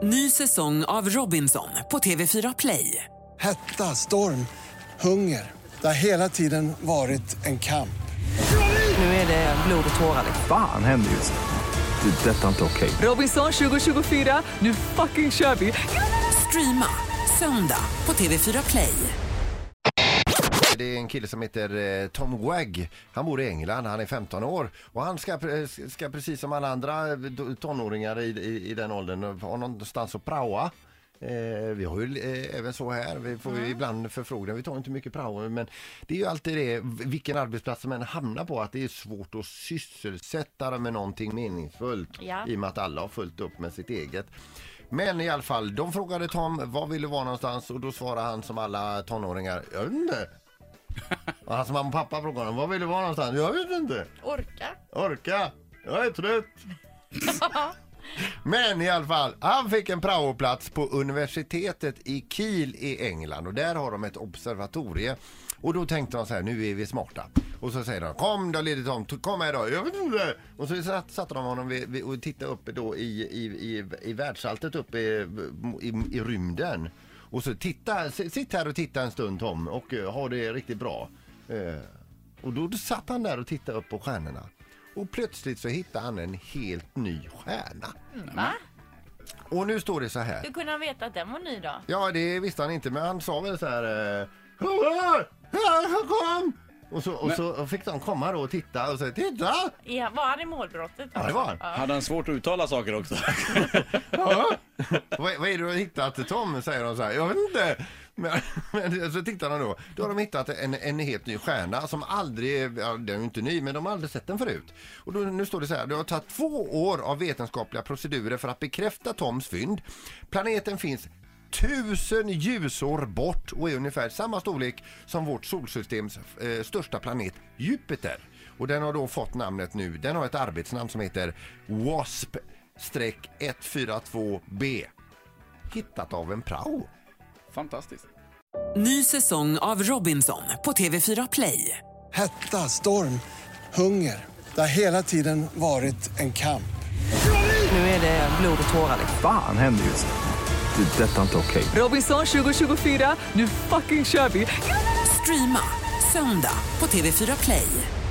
Ny säsong av Robinson på TV4 Play. Hetta, storm, hunger. Det har hela tiden varit en kamp. Nu är det blod och tårar. Fan händer just nu. Det. Detta är inte okej. Robinson 2024, nu fucking kör vi. Streama söndag på TV4 Play. Det är en kille som heter Tom Wagg. Han bor i England, han är 15 år. Och han ska precis som alla andra tonåringar i den åldern ha någonstans att praoa. Vi har ju även så här. Vi får ju ibland förfrågningar. Vi tar inte mycket prao, men det är ju alltid det, vilken arbetsplats man hamnar på, att det är svårt att sysselsätta med någonting meningsfullt. Ja. I och med att alla har fullt upp med sitt eget. Men i alla fall, de frågade Tom, var vill du vara någonstans? Och då svarade han som alla tonåringar, jag vet inte. Och hans mamma och pappa frågade honom, var vill du vara någonstans? Jag vet inte. Orka. Jag är trött. Men i alla fall, han fick en praoplats på universitetet i Kiel i England. Och där har de ett observatorie. Och då tänkte de så här, nu är vi smarta. Och så säger de, kom då lite Tom, kom här då. Jag vet inte. Och så satte de honom och tittade upp då i världsalltet uppe i rymden. Och så sitt här och titta en stund Tom och ha det riktigt bra. Och då satt han där och tittade upp på stjärnorna. Och plötsligt så hittade han en helt ny stjärna. Va? Och nu står det så här. Hur kunde han veta att den var ny då? Ja, det visste han inte, men han sa väl så här. Kom! Och så fick de komma då och titta och säga, titta! Ja, var han i målbrottet? Ja, det var han. Ja. Hade han svårt att uttala saker också? Ja. Vad är det du har hittat, Tom? Säger de så här. Jag vet inte. Men så tittar de då. Då har de hittat en helt ny stjärna som aldrig, ja, den är ju inte ny, men de har aldrig sett den förut. Och då, nu står det så här, det har tagit 2 år av vetenskapliga procedurer för att bekräfta Toms fynd. Planeten finns 1000 ljusår bort och är ungefär samma storlek som vårt solsystems största planet Jupiter. Och den har då fått namnet nu, den har ett arbetsnamn som heter WASP-142b. Hittat av en prao. Fantastiskt. Ny säsong av Robinson på TV4 Play. Hetta, storm, hunger. Det har hela tiden varit en kamp. Nu är det blod och tårar. Fan händer just nu. Det. Detta är inte okej. Robinson 2024, nu fucking kör vi. Streama söndag på TV4 Play.